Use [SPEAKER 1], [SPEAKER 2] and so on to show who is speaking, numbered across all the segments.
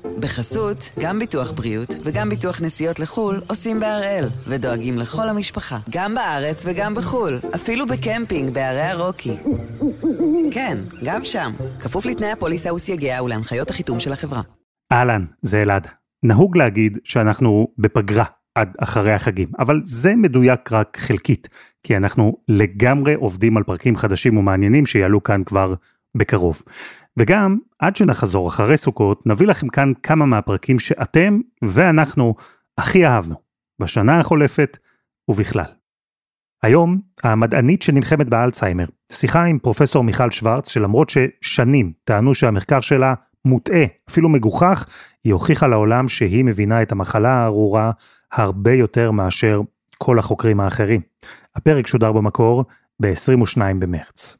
[SPEAKER 1] בחסות, גם ביטוח בריאות וגם ביטוח נסיעות לחול עושים בהראל, ודואגים לכל המשפחה, גם בארץ וגם בחול, אפילו בקמפינג בערי הרוקי. כן, גם שם, כפוף לתנאי הפוליסה וסייגיה ולהנחיות החיתום של החברה.
[SPEAKER 2] אהלן, זה אלעד. נהוג להגיד שאנחנו בפגרה עד אחרי החגים, אבל זה מדויק רק חלקית, כי אנחנו לגמרי עובדים על פרקים חדשים ומעניינים שיעלו כאן כבר בקרוב. וגם, עד שנחזור אחרי סוכות, נביא לכם כאן כמה מהפרקים שאתם ואנחנו הכי אהבנו, בשנה החולפת ובכלל. היום, המדענית שנלחמת באלצהיימר, שיחה עם פרופסור מיכל שוורץ, שלמרות ששנים טענו שהמחקר שלה מוטעה, אפילו מגוחך, היא הוכיחה לעולם שהיא מבינה את המחלה הארורה הרבה יותר מאשר כל החוקרים האחרים. הפרק שודר במקור ב-22 במרץ.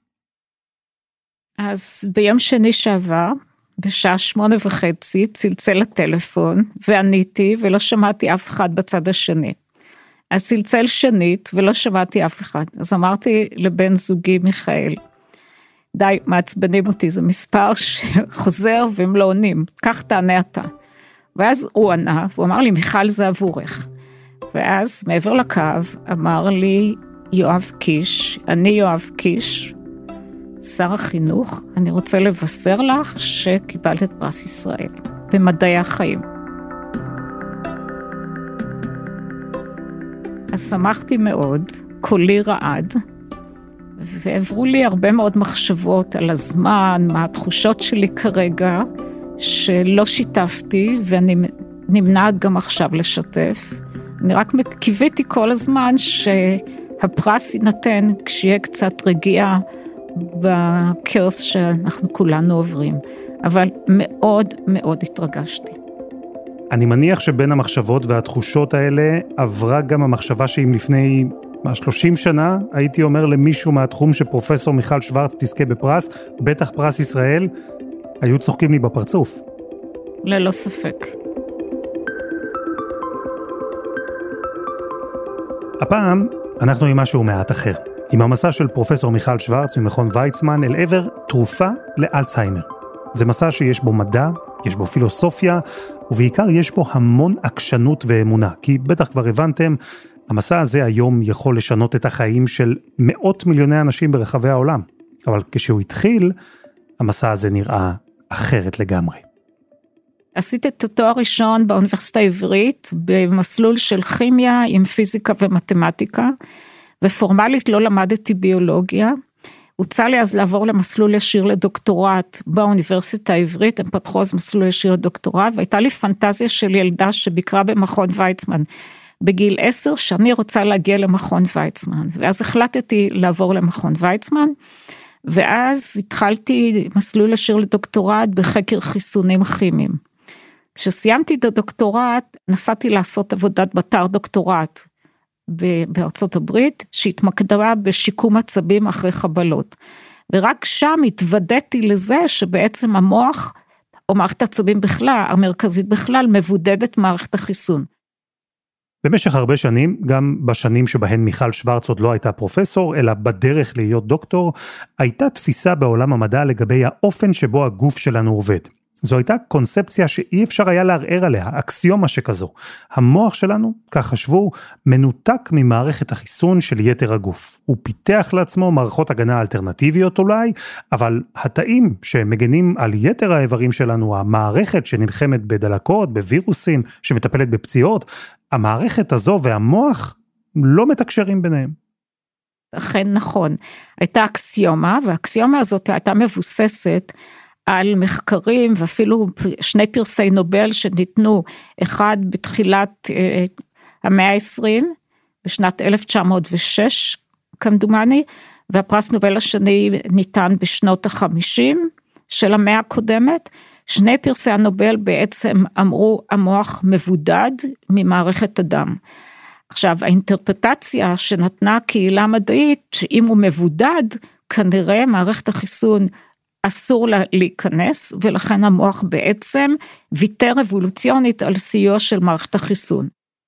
[SPEAKER 3] אז ביום שני שעבר, בשעה 8:30, צלצל הטלפון, ועניתי, ולא שמעתי אף אחד בצד השני. אז צלצל שנית, ולא שמעתי אף אחד. אז אמרתי לבן זוגי מיכאל, די, מעצבנים אותי, זה מספר שחוזר והם לא עונים, כך תענה אתה. ואז הוא ענה, והוא אמר לי, מיכל זה עבורך. ואז מעבר לקו, אמר לי, יואב קיש, אני יואב קיש, שר החינוך, אני רוצה לבשר לך שקיבלת את פרס ישראל, במדעי החיים. אז שמחתי מאוד, קולי רעד, ועברו לי הרבה מאוד מחשבות על הזמן, מה התחושות שלי כרגע, שלא שיתפתי, ואני נמנעת גם עכשיו לשתף. אני רק קיוויתי כל הזמן שהפרס ינתן כשיהיה קצת רגיעה בקאוס שאנחנו כולנו עוברים. אבל מאוד מאוד התרגשתי.
[SPEAKER 2] אני מניח שבין המחשבות והתחושות האלה עברה גם המחשבה שאם לפני 30 שנה הייתי אומר למישהו מהתחום שפרופסור מיכל שוורץ תזכה בפרס, בטח פרס ישראל, היו צוחקים לי בפרצוף.
[SPEAKER 3] ללא ספק.
[SPEAKER 2] הפעם אנחנו עם משהו מעט אחר. עם המסע של פרופסור מיכל שוורץ ממכון ויצמן אל עבר תרופה לאלצהיימר. זה מסע שיש בו מדע, יש בו פילוסופיה, ובעיקר יש בו המון עקשנות ואמונה. כי בטח כבר הבנתם, המסע הזה היום יכול לשנות את החיים של מאות מיליוני אנשים ברחבי העולם. אבל כשהוא התחיל, המסע הזה נראה אחרת לגמרי.
[SPEAKER 3] עשיתי את התואר ראשון באוניברסיטה העברית, במסלול של כימיה עם פיזיקה ומתמטיקה, ופורמלית לא למדתי ביולוגיה. הוצע לי אז לעבור למסלול ישיר לדוקטורט באוניברסיטה העברית, הם פתחו אז מסלול ישיר לדוקטורט, והייתה לי פנטזיה של ילדה שביקרה במכון ויצמן, בגיל 10 שאני רוצה להגיע למכון ויצמן, ואז החלטתי לעבור למכון ויצמן, ואז התחלתי מסלול ישיר לדוקטורט בחקר חיסונים כימיים. כשסיימתי את הדוקטורט, נסעתי לעשות עבודת בתר דוקטורט, בארצות הברית, שהתמקדה בשיקום עצבים אחרי חבלות. ורק שם התוודעתי לזה שבעצם המוח, או מערכת עצבים בכלל, המרכזית בכלל, מבודדת מערכת החיסון.
[SPEAKER 2] במשך הרבה שנים, גם בשנים שבהן מיכל שוורץ עוד לא הייתה פרופסור, אלא בדרך להיות דוקטור, הייתה תפיסה בעולם המדע לגבי האופן שבו הגוף שלנו עובד. זו הייתה קונספציה שאי אפשר היה לערער עליה, אקסיומה שכזו. המוח שלנו, כך חשבו, מנותק ממערכת החיסון של יתר הגוף. הוא פיתח לעצמו מערכות הגנה אלטרנטיביות אולי, אבל התאים שמגנים על יתר האיברים שלנו, המערכת שנלחמת בדלקות, בווירוסים, שמטפלת בפציעות, המערכת הזו והמוח לא מתקשרים ביניהם.
[SPEAKER 3] אכן נכון. הייתה אקסיומה, והאקסיומה הזאת הייתה מבוססת על מחקרים, ואפילו 2 פרסי נובל שניתנו, אחד בתחילת המאה ה-20, בשנת 1906, כמדומני, והפרס נובל השני ניתן בשנות ה-50 של המאה הקודמת. 2 פרסי הנובל בעצם אמרו, המוח מבודד ממערכת הדם. עכשיו, האינטרפטציה שנתנה קהילה מדעית, שאם הוא מבודד, כנראה מערכת החיסון אסור להיכנס, ולכן המוח בעצם ויתר אבולוציונית על סיוע של מערכת החיסון.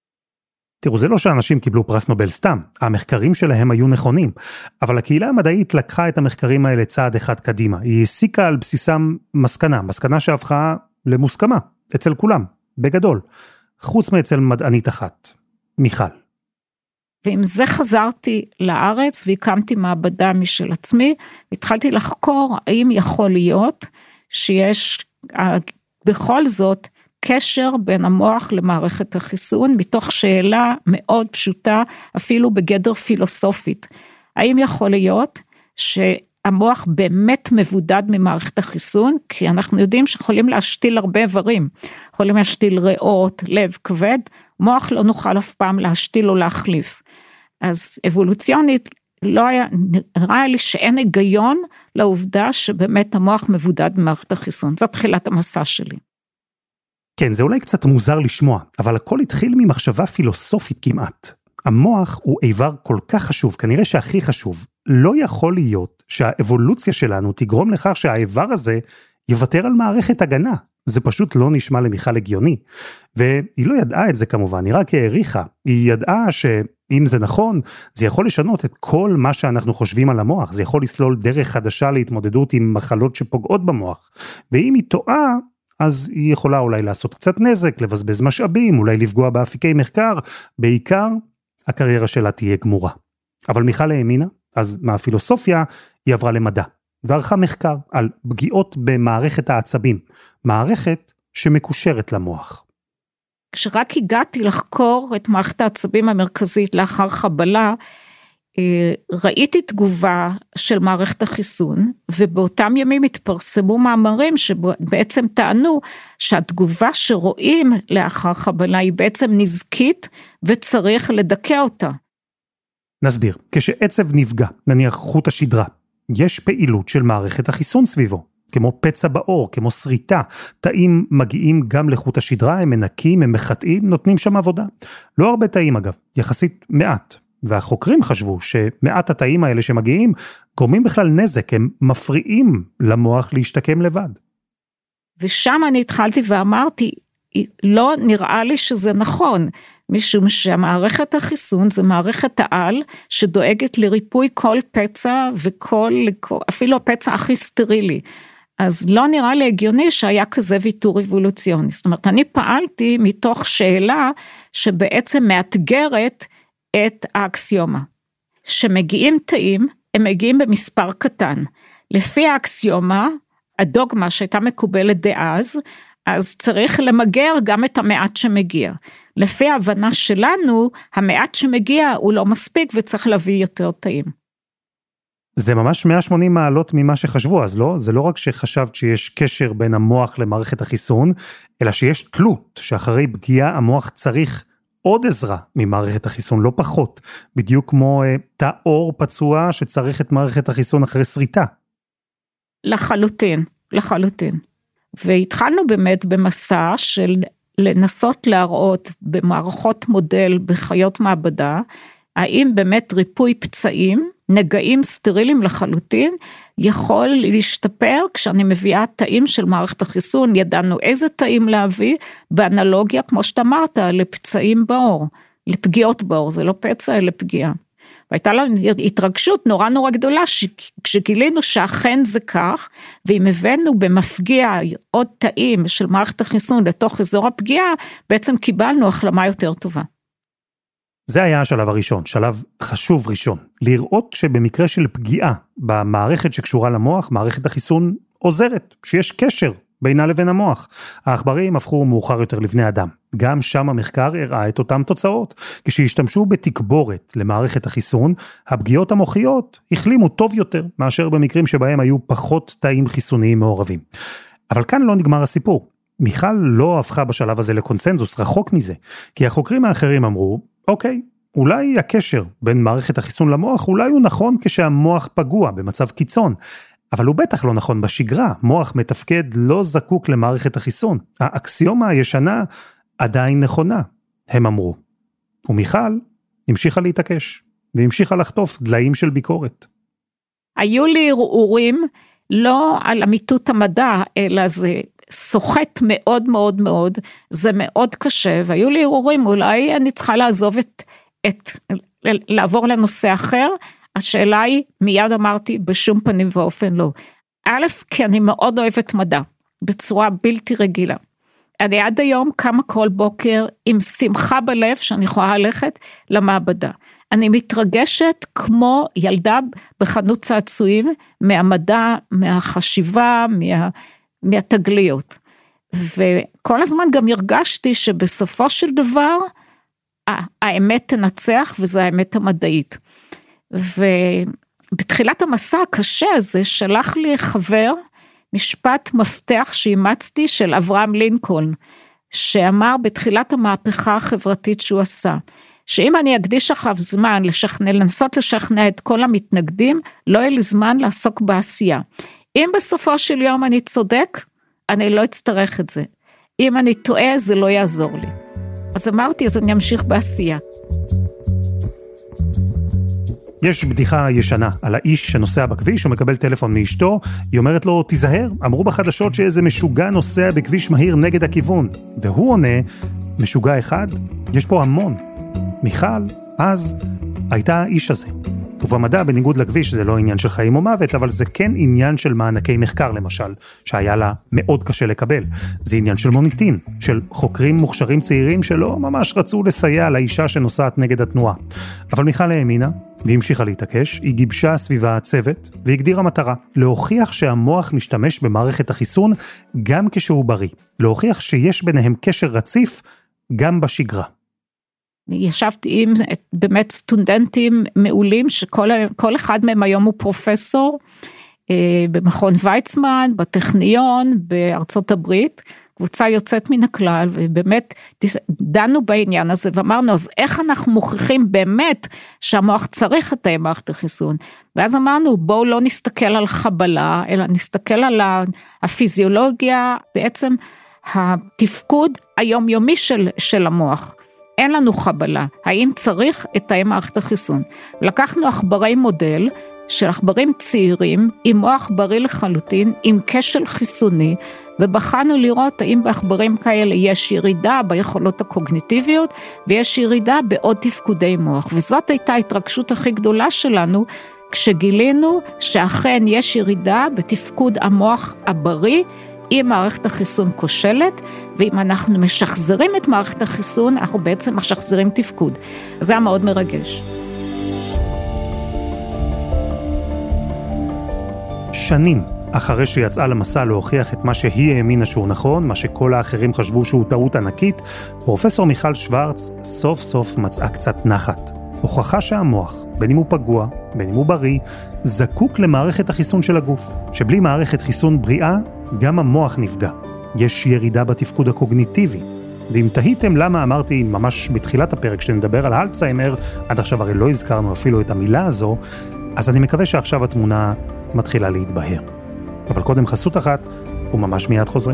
[SPEAKER 2] תראו, זה לא שאנשים קיבלו פרס נובל סתם, המחקרים שלהם היו נכונים, אבל הקהילה המדעית לקחה את המחקרים האלה צעד אחד קדימה, היא הסיקה על בסיסם מסקנה שהפכה למוסכמה, אצל כולם, בגדול, חוץ מאצל מדענית אחת, מיכל.
[SPEAKER 3] ועם זה חזרתי לארץ והקמתי מעבדה משל עצמי, התחלתי לחקור האם יכול להיות שיש בכל זאת קשר בין המוח למערכת החיסון, מתוך שאלה מאוד פשוטה, אפילו בגדר פילוסופית. האם יכול להיות שהמוח באמת מבודד ממערכת החיסון? כי אנחנו יודעים שיכולים להשתיל הרבה איברים, יכולים להשתיל ריאות, לב, כבד, מוח לא נוכל אף פעם להשתיל או להחליף. אז אבולוציונית לא היה, נראה לי שאין היגיון לעובדה שבאמת המוח מבודד ממערכת החיסון. זו תחילת המסע שלי.
[SPEAKER 2] כן, זה אולי קצת מוזר לשמוע, אבל הכל התחיל ממחשבה פילוסופית כמעט. המוח הוא איבר כל כך חשוב, כנראה שהכי חשוב. לא יכול להיות שהאבולוציה שלנו תגרום לכך שהאיבר הזה יוותר על מערכת הגנה. זה פשוט לא נשמע למיכל הגיוני. והיא לא ידעה את זה כמובן, היא רק העריכה. היא ידעה שאם זה נכון, זה יכול לשנות את כל מה שאנחנו חושבים על המוח. זה יכול לסלול דרך חדשה להתמודדות עם מחלות שפוגעות במוח. ואם היא טועה, אז היא יכולה אולי לעשות קצת נזק, לבזבז משאבים, אולי לפגוע באפיקי מחקר, בעיקר הקריירה שלה תהיה גמורה. אבל מיכל האמינה, אז מהפילוסופיה היא עברה למדע, וערכה מחקר על פגיעות במערכת העצבים, מערכת שמקושרת למוח.
[SPEAKER 3] כשרק הגעתי לחקור את מערכת העצבים המרכזית לאחר חבלה, ראיתי תגובה של מערכת החיסון, ובאותם ימים התפרסמו מאמרים שבעצם טענו שהתגובה שרואים לאחר חבלה היא בעצם נזקית וצריך לדכא אותה.
[SPEAKER 2] נסביר, כשעצב נפגע, נניח חוט השדרה, יש פעילות של מערכת החיסון סביבו, כמו פצע בעור, כמו שריטה, תאים מגיעים גם לחוט השדרה, הם מנקים, הם מחטאים, נותנים שם עבודה. לא הרבה תאים אגב, יחסית מעט. והחוקרים חשבו שמעט התאים האלה שמגיעים, גורמים בכלל נזק, הם מפריעים למוח להשתקם לבד.
[SPEAKER 3] ושם אני התחלתי ואמרתי, לא נראה לי שזה נכון, משום שהמערכת החיסון זה מערכת העל, שדואגת לריפוי כל פצע, אפילו הפצע הכי סטרילי. אז לא נראה לי הגיוני שהיה כזה ויתור אבולוציוני. זאת אומרת, אני פעלתי מתוך שאלה שבעצם מאתגרת את האקסיומה. שמגיעים תאים, הם מגיעים במספר קטן. לפי האקסיומה, הדוגמה שהייתה מקובלת דאז, אז צריך למגר גם את המעט שמגיע. לפי ההבנה שלנו, המעט שמגיע הוא לא מספיק וצריך להביא יותר תאים.
[SPEAKER 2] זה ממש 180 מעלות ממה שחשבו, אז לא? זה לא רק שחשבת שיש קשר בין המוח למערכת החיסון, אלא שיש תלות, שאחרי פגיעה המוח צריך עוד עזרה ממערכת החיסון, לא פחות, בדיוק כמו תא עור פצוע שצריך את מערכת החיסון אחרי שריטה.
[SPEAKER 3] לחלוטין, לחלוטין. והתחלנו באמת במסע של לנסות להראות במערכות מודל בחיות מעבדה, האם באמת ריפוי פצעים, נגעים סטרילים לחלוטין, יכול להשתפר כשאני מביאה תאים של מערכת החיסון, ידענו איזה תאים להביא, באנלוגיה כמו שאתה אמרת, לפצעים בעור, לפגיעות בעור, זה לא פצע אלא פגיעה. והייתה לנו התרגשות נורא נורא גדולה, כשגילינו שאכן זה כך, ואם הבאנו במפגיע עוד תאים של מערכת החיסון לתוך אזור הפגיעה, בעצם קיבלנו החלמה יותר טובה.
[SPEAKER 2] זה היה השלב הראשון, שלב חשוב ראשון, לראות שבמקרה של פגיעה במערכת שקשורה למוח, מערכת החיסון עוזרת, שיש קשר בינה לבין המוח. העכברים הפכו מאוחר יותר לבני אדם. גם שם המחקר הראה את אותם תוצאות. כשהשתמשו בתקבורת למערכת החיסון, הפגיעות המוחיות החלימו טוב יותר, מאשר במקרים שבהם היו פחות תאים חיסוניים מעורבים. אבל כאן לא נגמר הסיפור. מיכל לא הפכה בשלב הזה לקונסנזוס, רחוק מזה. כי החוקרים האחרים אמרו, אוקיי, אולי הקשר בין מערכת החיסון למוח, אולי הוא נכון כשהמוח פגוע במצב קיצון, אבל הוא בטח לא נכון בשגרה, מוח מתפקד לא זקוק למערכת החיסון. האקסיומה הישנה עדיין נכונה, הם אמרו. ומיכל המשיכה להתעקש, והמשיכה לחטוף דליים של ביקורת.
[SPEAKER 3] היו לי ערעורים לא על אמיתות המדע, אלא זה סוחט מאוד מאוד מאוד, זה מאוד קשה, והיו לי ערעורים, אולי אני צריכה לעזוב לעבור לנושא אחר, השאלה היא, מיד אמרתי, בשום פנים ואופן לא. א', כי אני מאוד אוהבת מדע, בצורה בלתי רגילה. אני עד היום קמה כל בוקר עם שמחה בלב שאני יכולה ללכת למעבדה. אני מתרגשת כמו ילדה בחנות צעצועים, מהמדע, מהחשיבה, מהתגליות. וכל הזמן גם הרגשתי שבסופו של דבר, האמת תנצח, וזו האמת המדעית. ובתחילת המסע הקשה הזה, שלח לי חבר, משפט מפתח שאימצתי של אברהם לינקולן, שאמר בתחילת המהפכה החברתית שהוא עשה, שאם אני אקדיש אחריו זמן לנסות לשכנע את כל המתנגדים, לא יהיה לי זמן לעסוק בעשייה. אם בסופו של יום אני צודק, אני לא אצטרך את זה. אם אני טועה, זה לא יעזור לי. אז אמרתי, אז אני אמשיך בעשייה.
[SPEAKER 2] יש בדיחה ישנה על האיש שנוסע בכביש, הוא מקבל טלפון מאשתו, היא אומרת לו, תיזהר, אמרו בחדשות שאיזה משוגע נוסע בכביש מהיר נגד הכיוון. והוא עונה, משוגע אחד, יש פה המון. מיכל, אז, הייתה האיש הזה. ובמדע, בניגוד לכביש, זה לא עניין של חיים או מוות, אבל זה כן עניין של מענקי מחקר, למשל, שהיה לה מאוד קשה לקבל. זה עניין של מוניטין, של חוקרים מוכשרים צעירים שלא ממש רצו לסייע לאישה שנוסעת נגד התנועה. אבל מיכל האמינה, והמשיכה להתעקש, היא גיבשה סביבה הצוות, והגדירה מטרה, להוכיח שהמוח משתמש במערכת החיסון גם כשהוא בריא. להוכיח שיש ביניהם קשר רציף גם בשגרה.
[SPEAKER 3] ישבתי עם באמת סטודנטים מעולים, שכל אחד מהם היום הוא פרופסור, במכון ויצמן, בטכניון, בארצות הברית, קבוצה יוצאת מן הכלל, ובאמת דנו בעניין הזה, ואמרנו, אז איך אנחנו מוכיחים באמת, שהמוח צריך את מערכת החיסון, ואז אמרנו, בואו לא נסתכל על חבלה, אלא נסתכל על הפיזיולוגיה, בעצם התפקוד היומיומי של המוח, אין לנו חבלה, האם צריך את מערכת החיסון? לקחנו עכברי מודל, של עכברים צעירים, עם מוח בריא לחלוטין, עם כשל חיסוני, ובחנו לראות האם בעכברים כאלה יש ירידה ביכולות הקוגניטיביות, ויש ירידה בעוד תפקודי מוח, וזאת הייתה ההתרגשות הכי גדולה שלנו, כשגילינו שאכן יש ירידה בתפקוד המוח הבריא, אם מערכת החיסון כושלת, ואם אנחנו משחזרים את מערכת החיסון, אנחנו בעצם משחזרים תפקוד. זה היה מאוד מרגש.
[SPEAKER 2] שנים אחרי שיצאה למסע להוכיח את מה שהיא האמינה שהוא נכון, מה שכל האחרים חשבו שהוא טעות ענקית, פרופסור מיכל שוורץ סוף סוף מצאה קצת נחת. הוכחה שהמוח, בין אם הוא פגוע, בין אם הוא בריא, זקוק למערכת החיסון של הגוף, שבלי מערכת חיסון בריאה, גם המוח נפגע. יש ירידה בתפקוד הקוגניטיבי. ואם תהיתם למה אמרתי ממש בתחילת הפרק שנדבר על אלצהיימר, עד עכשיו הרי לא הזכרנו אפילו את המילה הזו, אז אני מקווה שעכשיו התמונה מתחילה להתבהר. אבל קודם חסות אחת, וממש מיד חוזרים.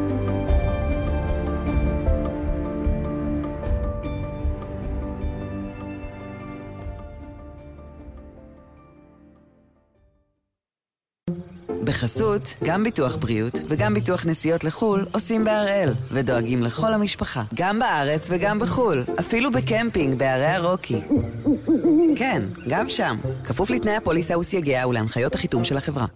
[SPEAKER 1] בחסות, גם ביטוח בריאות וגם ביטוח נסיעות לחול עושים בהראל, ודואגים לכל המשפחה, גם בארץ וגם בחול, אפילו בקמפינג בערי הרוקי. כן, גם שם, כפוף לתנאי הפוליסה וסייגיה ולהנחיות החיתום של החברה.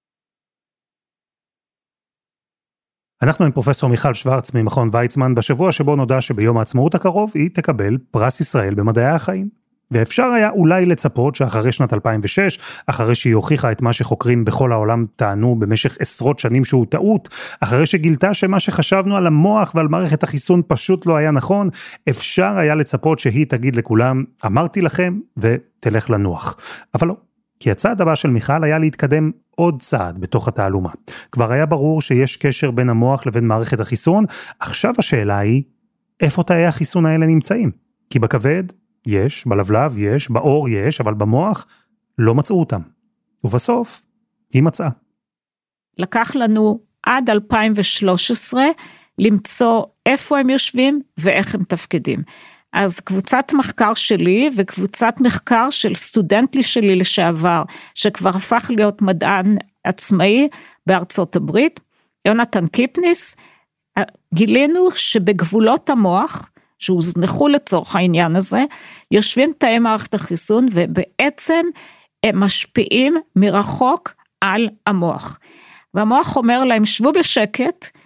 [SPEAKER 2] אנחנו עם פרופסור מיכל שוורץ ממכון ויצמן, בשבוע שבו נודע שביום העצמאות הקרוב היא תקבל פרס ישראל במדעי החיים. ואפשר היה אולי לצפות שאחרי שנת 2006, אחרי שהיא הוכיחה את מה שחוקרים בכל העולם טענו במשך עשרות שנים שהוא טעות, אחרי שגילתה שמה שחשבנו על המוח ועל מערכת החיסון פשוט לא היה נכון, אפשר היה לצפות שהיא תגיד לכולם, אמרתי לכם ותלך לנוח. אבל לא, כי הצעד הבא של מיכל היה להתקדם עוד צעד בתוך התעלומה. כבר היה ברור שיש קשר בין המוח לבין מערכת החיסון, עכשיו השאלה היא, איפה תאי החיסון האלה נמצאים? כי בכבד יש, בלבלב יש, באור יש, אבל במוח לא מצאו אותם. ובסוף היא מצאה.
[SPEAKER 3] לקח לנו עד 2013 למצוא איפה הם יושבים ואיך הם תפקדים. אז קבוצת מחקר שלי וקבוצת מחקר של סטודנט שלי לשעבר, שכבר הפך להיות מדען עצמאי בארצות הברית, יונתן קיפניס, גילינו שבגבולות המוח, שהוזנחו לצורך העניין הזה, יושבים תאי מערכת החיסון, ובעצם הם משפיעים מרחוק על המוח. והמוח אומר להם, שבו בשקט,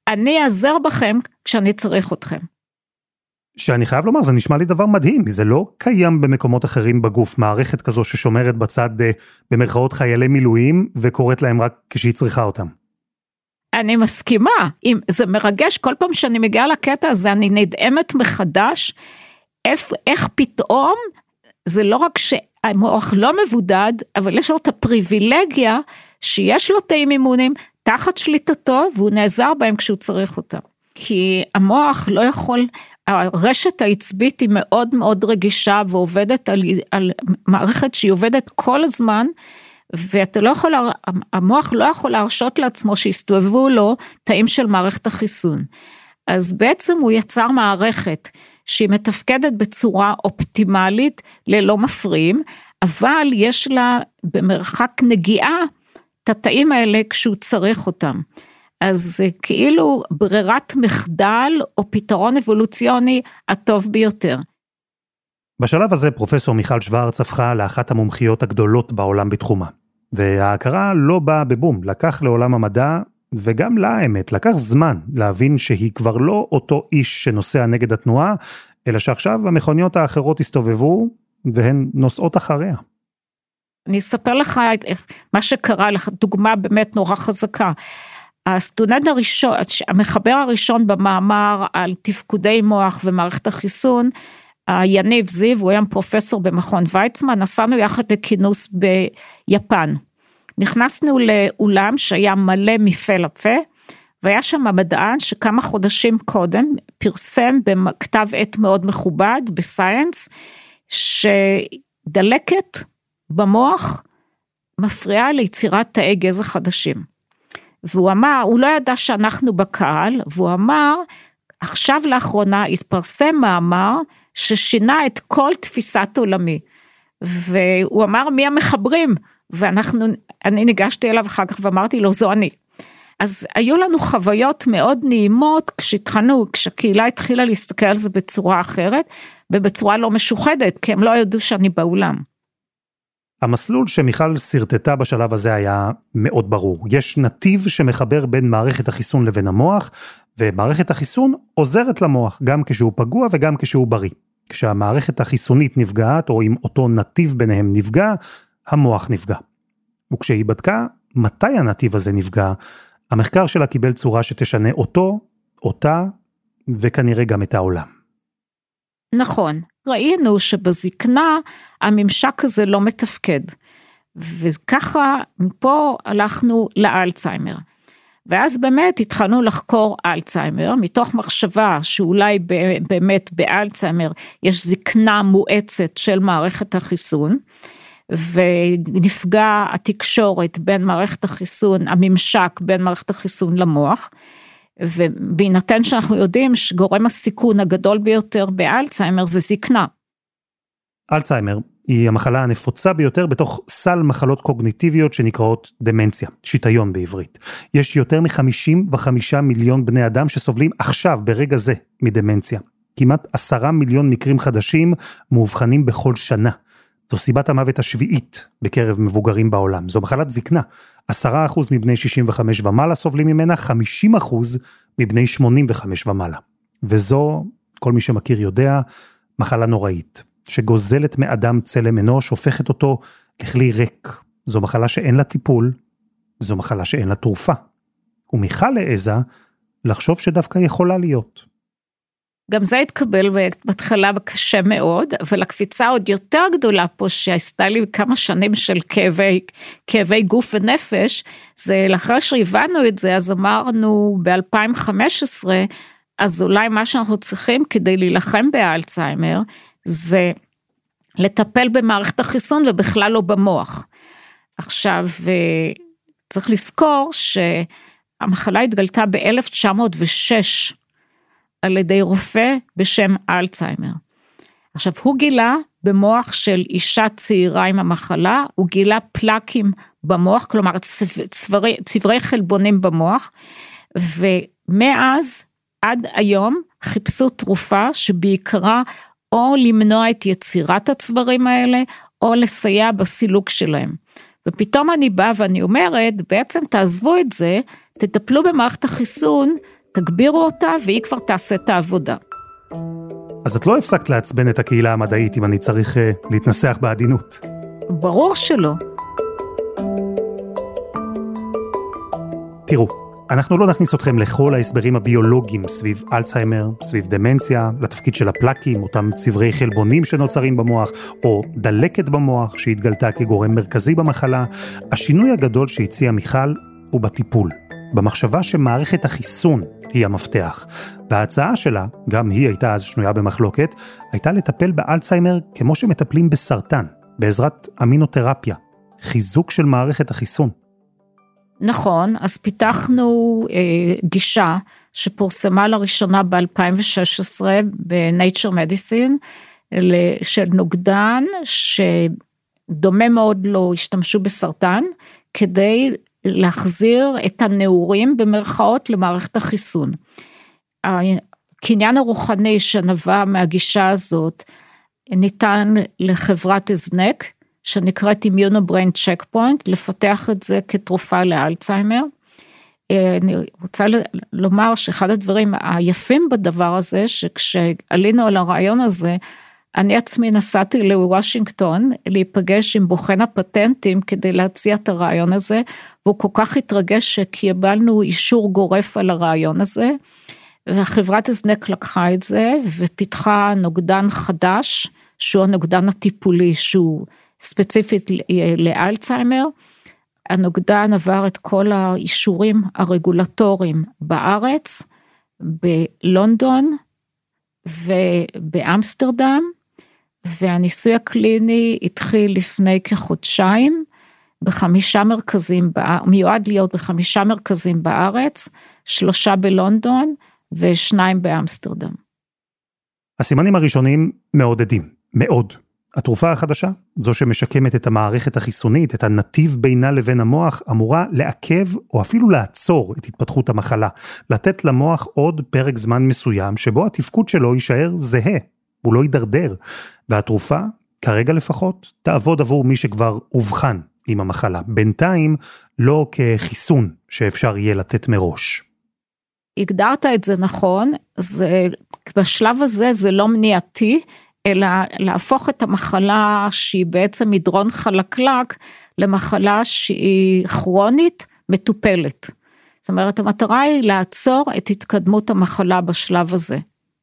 [SPEAKER 3] אני אעזר בכם כשאני צריך אתכם.
[SPEAKER 2] שאני חייב לומר, זה נשמע לי דבר מדהים, זה לא קיים במקומות אחרים בגוף, מערכת כזו ששומרת בצד במרכאות חיילי מילואים, וקוראת להם רק כשהיא צריכה אותם.
[SPEAKER 3] אני מסכימה, זה מרגש, כל פעם שאני מגיעה לקטע הזה, אני נדהמת מחדש, איך פתאום, זה לא רק שהמוח לא מבודד, אבל יש לו את הפריבילגיה, שיש לו תאים אימונים, תחת שליטתו, והוא נעזר בהם כשהוא צריך אותם. כי המוח לא יכול, הרשת העצבית היא מאוד מאוד רגישה, ועובדת על מערכת שהיא עובדת כל הזמן, ואתה לא יכול, המוח לא יכול להרשות לעצמו שיסתובבו לו תאים של מערכת החיסון. אז בעצם הוא יצר מערכת שהיא מתפקדת בצורה אופטימלית ללא מפריעים, אבל יש לה במרחק נגיעה את התאים האלה כשהוא צריך אותם. אז זה כאילו ברירת מחדל או פתרון אבולוציוני הטוב ביותר.
[SPEAKER 2] בשלב הזה פרופסור מיכל שוורץ הפכה לאחת המומחיות הגדולות בעולם בתחומה. וההכרה לא באה בבום, לקח לעולם המדע, וגם לה האמת, לקח זמן להבין שהיא כבר לא אותו איש שנוסע נגד התנועה, אלא שעכשיו המכוניות האחרות הסתובבו, והן נוסעות אחריה.
[SPEAKER 3] אני אספר לך מה שקרה לך, דוגמה באמת נורא חזקה. הסטודנט הראשון, המחבר הראשון במאמר על תפקודי מוח ומערכת החיסון, יניב זיו, הוא היה פרופסור במכון ויצמן, נסענו יחד לכינוס ביפן. נכנסנו לאולם שהיה מלא מפה לפה, והיה שם מדען שכמה חודשים קודם פרסם בכתב עת מאוד מכובד בסייאנס, שדלקת במוח מפריעה ליצירת תאי גזע חדשים. והוא אמר, הוא לא ידע שאנחנו בקהל, והוא אמר, עכשיו לאחרונה התפרסם מאמר ששינה את כל תפיסת עולמי. והוא אמר, מי המחברים? אני ניגשתי אליו אחר כך ואמרתי לו, זו אני. אז היו לנו חוויות מאוד נעימות, כשהקהילה התחילה להסתכל על זה בצורה אחרת, ובצורה לא משוחדת, כי הם לא ידעו שאני באולם.
[SPEAKER 2] המסלול שמיכל סרטטה בשלב הזה היה מאוד ברור. יש נתיב שמחבר בין מערכת החיסון לבין המוח, ומערכת החיסון עוזרת למוח, גם כשהוא פגוע וגם כשהוא בריא. כשהמערכת החיסונית נפגעת, או אם אותו נתיב ביניהם נפגע, המוח נפגע. וכשהיא בדקה מתי הנתיב הזה נפגע, המחקר שלה קיבל צורה שתשנה אותו, אותה, וכנראה גם את העולם.
[SPEAKER 3] נכון, ראינו שבזקנה הממשק הזה לא מתפקד, וככה מפה הלכנו לאלצהיימר, ואז באמת התחלנו לחקור אלצהיימר, מתוך מחשבה שאולי באמת באלצהיימר יש זקנה מואצת של מערכת החיסון, ונפגע התקשורת בין מערכת החיסון, הממשק בין מערכת החיסון למוח, ובהינתן שאנחנו יודעים שגורם הסיכון הגדול ביותר באלצהיימר זה זקנה.
[SPEAKER 2] אלצהיימר היא המחלה הנפוצה ביותר בתוך סל מחלות קוגניטיביות שנקראות דמנציה, שיטיון בעברית. יש יותר מ-55 מיליון בני אדם שסובלים עכשיו ברגע זה מדמנציה. כמעט 10 מיליון מקרים חדשים מאובחנים בכל שנה. זו סיבת המוות השביעית בקרב מבוגרים בעולם. זו מחלת זקנה. 10% מבני 65 ומעלה סובלים ממנה, 50% מבני 85 ומעלה. וזו, כל מי שמכיר יודע, מחלה נוראית, שגוזלת מאדם צלם אנוש, הופכת אותו לכלי ריק. זו מחלה שאין לה טיפול, זו מחלה שאין לה תרופה. ומיכל העזה לחשוב שדווקא יכולה להיות.
[SPEAKER 3] גם זה התקבל בהתחלה קשה מאוד, אבל הקפיצה עוד יותר גדולה פה, שעשתה לי כמה שנים של כאבי גוף ונפש, זה לאחר שהבנו את זה, אז אמרנו ב-2015, אז אולי מה שאנחנו צריכים כדי להילחם באלצהיימר, זה לטפל במערכת החיסון ובכלל לא במוח. עכשיו, צריך לזכור שהמחלה התגלתה ב-1906, על ידי רופא בשם אלצהיימר. עכשיו, הוא גילה במוח של אישה צעירה עם המחלה, הוא גילה פלקים במוח, כלומר צברי חלבונים במוח, ומאז עד היום חיפשו תרופה שבעיקרה או למנוע את יצירת הצברים האלה, או לסייע בסילוק שלהם. ופתאום אני באה ואני אומרת, בעצם תעזבו את זה, תטפלו במערכת החיסון, תגבירו אותה והיא כבר תעשה את העבודה.
[SPEAKER 2] אז את לא הפסקת לעצבן את הקהילה המדעית אם אני צריך להתנסח בעדינות.
[SPEAKER 3] ברור שלא.
[SPEAKER 2] תראו, אנחנו לא נכניס אתכם לכל ההסברים הביולוגיים סביב אלצהיימר, סביב דמנציה, לתפקיד של הפלקים, אותם צברי חלבונים שנוצרים במוח, או דלקת במוח שהתגלתה כגורם מרכזי במחלה. השינוי הגדול שהציע מיכל הוא בטיפול, במחשבה שמערכת החיסון היא המפתח. וההצעה שלה, גם היא הייתה אז שנויה במחלוקת, הייתה לטפל באלצהיימר כמו שמטפלים בסרטן, בעזרת אמינותרפיה, חיזוק של מערכת החיסון.
[SPEAKER 3] נכון, אז פיתחנו גישה שפורסמה לראשונה ב-2016 ב-Nature Medicine, של נוגדן שדומה מאוד לו השתמשו בסרטן, כדי להחזיר את הנעורים במרכאות למערכת החיסון. הקניין הרוחני שנבע מהגישה הזאת, ניתן לחברת הזנק, שנקראת Immunobrain Checkpoint, לפתח את זה כתרופה לאלצהיימר. אני רוצה לומר שאחד הדברים היפים בדבר הזה, שכשעלינו על הרעיון הזה, אני עצמי נסעתי לוושינגטון, להיפגש עם בוחן הפטנטים, כדי להציע את הרעיון הזה, והוא כל כך התרגש שקיבלנו אישור גורף על הרעיון הזה, והחברת הזנק לקחה את זה, ופיתחה נוגדן חדש, שהוא הנוגדן הטיפולי, שהוא ספציפית לאלצהיימר. הנוגדן עבר את כל האישורים הרגולטוריים בארץ, בלונדון ובאמסטרדם, והניסוי הקליני התחיל לפני כחודשיים, מיועד להיות ב5 מרכזים בארץ, 3 בלונדון ו2 באמסטרדם.
[SPEAKER 2] הסימנים הראשונים מעודדים, מאוד. התרופה החדשה, זו שמשקמת את המערכת החיסונית, את הנתיב בינה לבין המוח, אמורה לעכב או אפילו לעצור את התפתחות המחלה, לתת למוח עוד פרק זמן מסוים, שבו התפקוד שלו יישאר זהה, הוא לא יידרדר, והתרופה, כרגע לפחות, תעבוד עבור מי שכבר הובחן עם המחלה, בינתיים לא כחיסון שאפשר יהיה לתת מראש.
[SPEAKER 3] הגדרת את זה נכון, בשלב הזה זה לא מניעתי, אלא להפוך את המחלה שהיא בעצם מדרון חלקלק, למחלה שהיא כרונית מטופלת. זאת אומרת, המטרה היא לעצור את התקדמות המחלה בשלב הזה.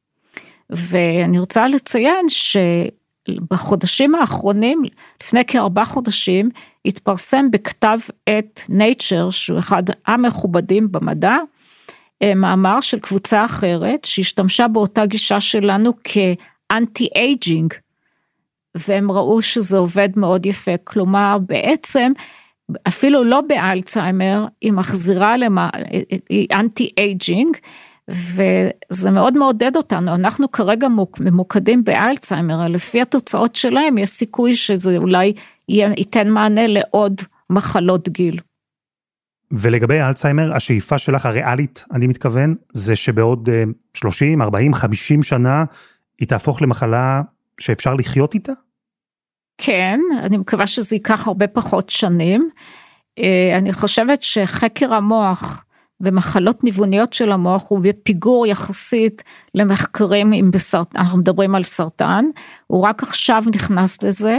[SPEAKER 3] ואני רוצה לציין שבחודשים האחרונים, לפני כ4 חודשים, התפרסם בכתב עת Nature, שהוא אחד המכובדים במדע, מאמר של קבוצה אחרת, שהשתמשה באותה גישה שלנו כאנטי-אייג'ינג, והם ראו שזה עובד מאוד יפה, כלומר בעצם, אפילו לא באלצהיימר, היא מחזירה היא אנטי-אייג'ינג, וזה מאוד מעודד אותנו, אנחנו כרגע ממוקדים באלצהיימר, לפי התוצאות שלהם, יש סיכוי שזה אולי ייתן מענה לעוד מחלות גיל.
[SPEAKER 2] ולגבי האלצהיימר, השאיפה שלך הריאלית, אני מתכוון, זה שבעוד 30, 40, 50 שנה, היא תהפוך למחלה שאפשר לחיות איתה?
[SPEAKER 3] כן, אני מקווה שזה ייקח הרבה פחות שנים. אני חושבת שחקר המוח ומחלות ניווניות של המוח הוא בפיגור יחסית למחקרים, אנחנו מדברים על סרטן, הוא רק עכשיו נכנס לזה,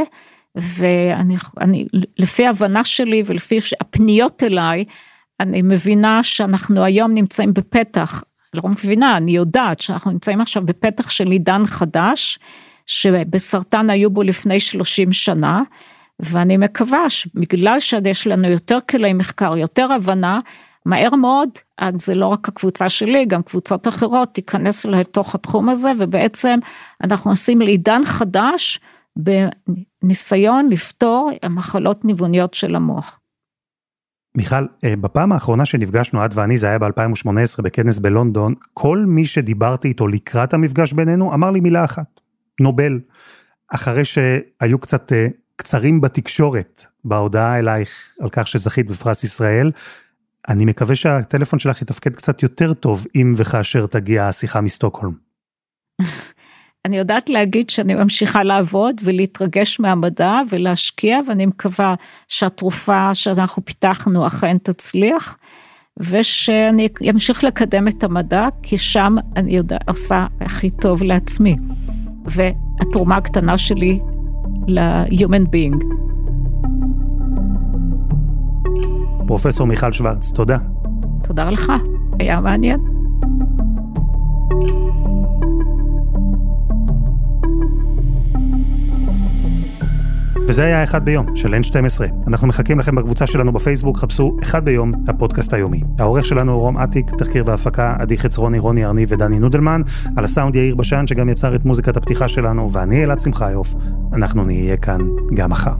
[SPEAKER 3] ואני לפי ההבנה שלי ולפי הפניות אליי, אני מבינה שאנחנו היום נמצאים בפתח, לא מבינה, אני יודעת שאנחנו נמצאים עכשיו בפתח של עידן חדש, שבסרטן היו בו לפני 30 שנה, ואני מקווה שבגלל שיש לנו יותר כלי מחקר, יותר הבנה, מהר מאוד, זה לא רק הקבוצה שלי, גם קבוצות אחרות תיכנס לתוך התחום הזה, ובעצם אנחנו עושים לעידן חדש, בניסיון לפתור המחלות ניווניות של המוח.
[SPEAKER 2] מיכל, בפעם האחרונה שנפגשנו, את ואני, זה היה ב-2018 בכנס בלונדון, כל מי שדיברתי איתו לקראת המפגש בינינו, אמר לי מילה אחת, נובל. אחרי שהיו קצת קצרים בתקשורת, בהודעה אלייך על כך שזכית בפרס ישראל, אני מקווה שהטלפון שלך יתפקד קצת יותר טוב, אם וכאשר תגיע השיחה מסטוקהולם.
[SPEAKER 3] אני יודעת להגיד שאני ממשיכה לעבוד ולהתרגש מהמדע ולהשקיע, ואני מקווה שהתרופה שאנחנו פיתחנו אכן תצליח, ושאני אמשיך לקדם את המדע, כי שם אני עושה הכי טוב לעצמי. והתרומה הקטנה שלי ל-human being.
[SPEAKER 2] פרופסור מיכל שוורץ, תודה.
[SPEAKER 3] תודה לך, היה מעניין.
[SPEAKER 2] וזה היה אחד ביום של N12. אנחנו מחכים לכם בקבוצה שלנו בפייסבוק, חפשו אחד ביום, הפודקאסט היומי. העורך שלנו הוא רום עתיק, תחקיר והפקה עדי חצרוני, רוני ארני ודני נודלמן, על הסאונד יאיר בשן שגם יצר את מוזיקת הפתיחה שלנו, ואני אלעד שמחיוף. אנחנו נהיה כאן גם מחר.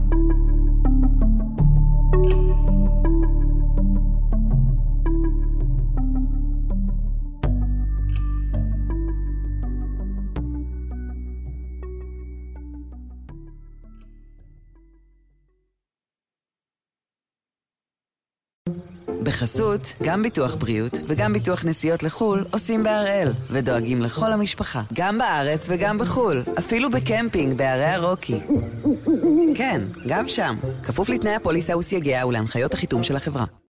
[SPEAKER 1] בחסות, גם ביטוח בריאות וגם ביטוח נסיעות לחול עושים בהראל ודואגים לכל המשפחה, גם בארץ וגם בחול, אפילו בקמפינג בערי הרוקי. כן, גם שם, כפוף לתנאי הפוליסה וסייגיה ולהנחיות החיתום של החברה.